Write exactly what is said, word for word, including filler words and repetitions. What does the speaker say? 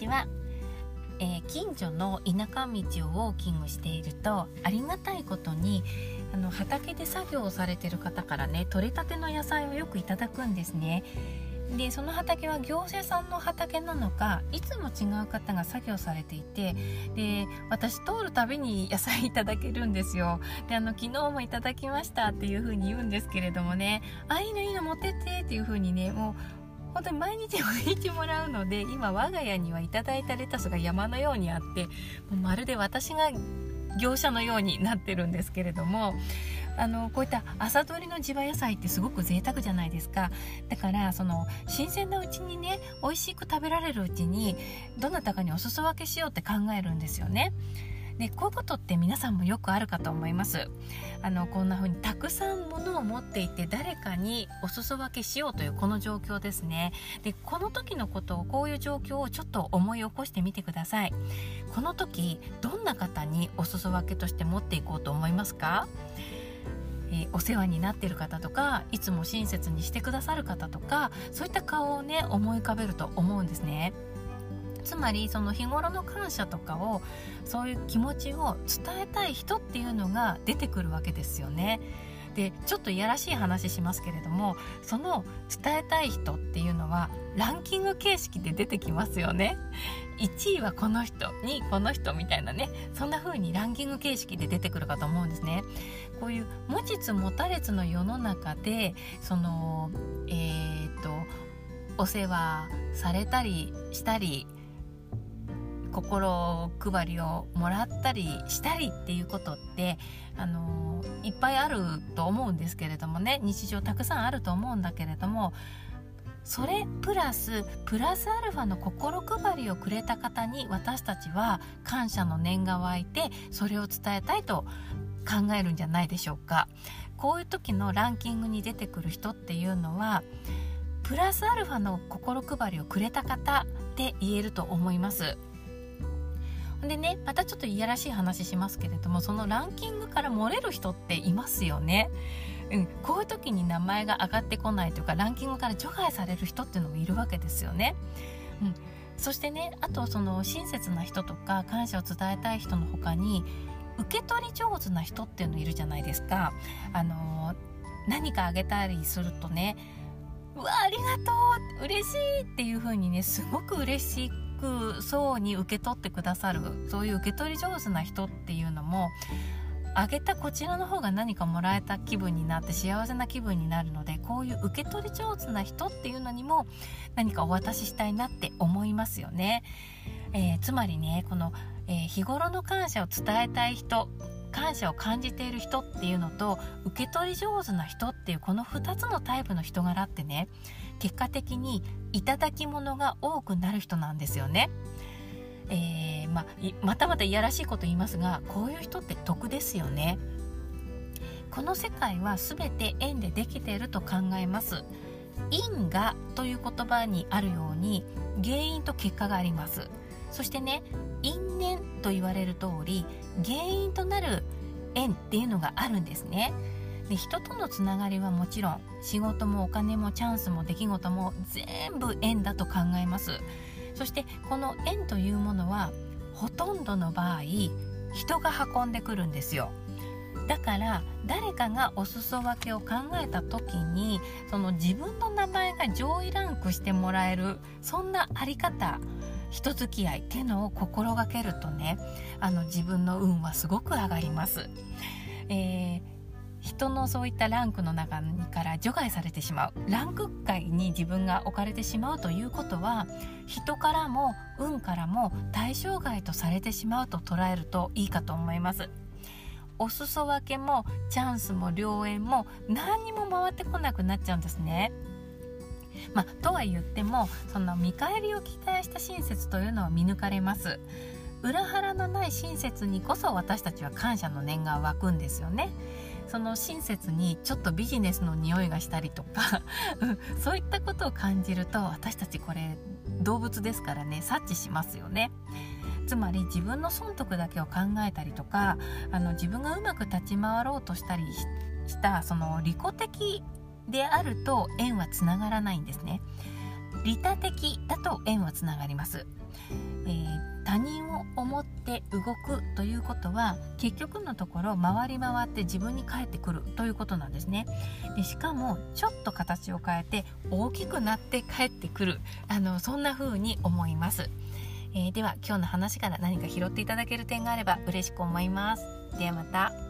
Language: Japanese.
は、えー、近所の田舎道をウォーキングしていると、ありがたいことにあの畑で作業をされている方からね、取れたての野菜をよくいただくんですね。でその畑は業者さんの畑なのか、いつも違う方が作業されていて、で私通るたびに野菜いただけるんですよ。であの昨日もいただきましたっていう風に言うんですけれどもね、あ、いいのいいの持ってってっていう風にね、もう本当に毎日毎日もらうので、今我が家にはいただいたレタスが山のようにあって、もうまるで私が業者のようになってるんですけれども、あのこういった朝採りの地場野菜ってすごく贅沢じゃないですか。だからその新鮮なうちにね、美味しく食べられるうちにどなたかにお裾分けしようって考えるんですよね。でこういうことって皆さんもよくあるかと思います。あのこんな風にたくさん物を持っていて、誰かにお裾分けしようというこの状況ですね。でこの時のことを、こういう状況をちょっと思い起こしてみてください。この時どんな方にお裾分けとして持っていこうと思いますか？えー、お世話になっている方とか、いつも親切にしてくださる方とか、そういった顔をね思い浮かべると思うんですね。つまりその日頃の感謝とかを、そういう気持ちを伝えたい人っていうのが出てくるわけですよね。でちょっといやらしい話しますけれども、その伝えたい人っていうのはランキング形式で出てきますよね。いちいはこの人、にいこの人みたいなね、そんな風にランキング形式で出てくるかと思うんですね。こういう持ちつ持たれつの世の中で、そのえー、っとお世話されたりしたり、心配りをもらったりしたりっていうことって、あのー、いっぱいあると思うんですけれどもね、日常たくさんあると思うんだけれども、それプラスプラスアルファの心配りをくれた方に、私たちは感謝の念が湧いて、それを伝えたいと考えるんじゃないでしょうか。こういう時のランキングに出てくる人っていうのは、プラスアルファの心配りをくれた方って言えると思います。でね、またちょっといやらしい話しますけれども、そのランキングから漏れる人っていますよね。うん、こういう時に名前が上がってこないというか、ランキングから除外される人っていうのもいるわけですよね。うん、そしてね、あとその親切な人とか感謝を伝えたい人の他に、受け取り上手な人っていうのいるじゃないですか。あの何かあげたりするとね、うわありがとう、嬉しいっていう風にね、すごく嬉しいそうに受け取ってくださる、そういう受け取り上手な人っていうのも、あげたこちらの方が何かもらえた気分になって幸せな気分になるので、こういう受け取り上手な人っていうのにも何かお渡ししたいなって思いますよね。えー、つまりね、この、えー、日頃の感謝を伝えたい人、感謝を感じている人っていうのと、受け取り上手な人っていう、このふたつのタイプの人柄ってね、結果的にいただき物が多くなる人なんですよね。えーま、またまたいやらしいこと言いますが、こういう人って得ですよね。この世界は全て縁でできていると考えます。因果という言葉にあるように、原因と結果があります。そしてね、因縁と言われる通り、原因となる縁っていうのがあるんですね。で人とのつながりはもちろん、仕事もお金もチャンスも出来事も全部縁だと考えます。そしてこの縁というものは、ほとんどの場合人が運んでくるんですよ。だから誰かがお裾分けを考えた時に、その自分の名前が上位ランクしてもらえる、そんなあり方、人付き合いっていうのを心がけるとね、あの自分の運はすごく上がります。えー人のそういったランクの中から除外されてしまう、ランク外に自分が置かれてしまうということは、人からも運からも対象外とされてしまうと捉えるといいかと思います。お裾分けもチャンスも良縁も何にも回ってこなくなっちゃうんですね。まあ、とは言っても、その見返りを期待した親切というのは見抜かれます。裏腹のない親切にこそ私たちは感謝の念が湧くんですよね。その親切にちょっとビジネスの匂いがしたりとかそういったことを感じると、私たちこれ動物ですからね、察知しますよね。つまり自分の損得だけを考えたりとか、あの自分がうまく立ち回ろうとしたりした、その利己的であると縁はつながらないんですね。 利他的だと縁はつながります。えー他人を思って動くということは結局のところ回り回って自分に返ってくるということなんですね。でしかもちょっと形を変えて大きくなって返ってくる、あのそんな風に思います。えー、では今日の話から何か拾っていただける点があれば嬉しく思います。ではまた。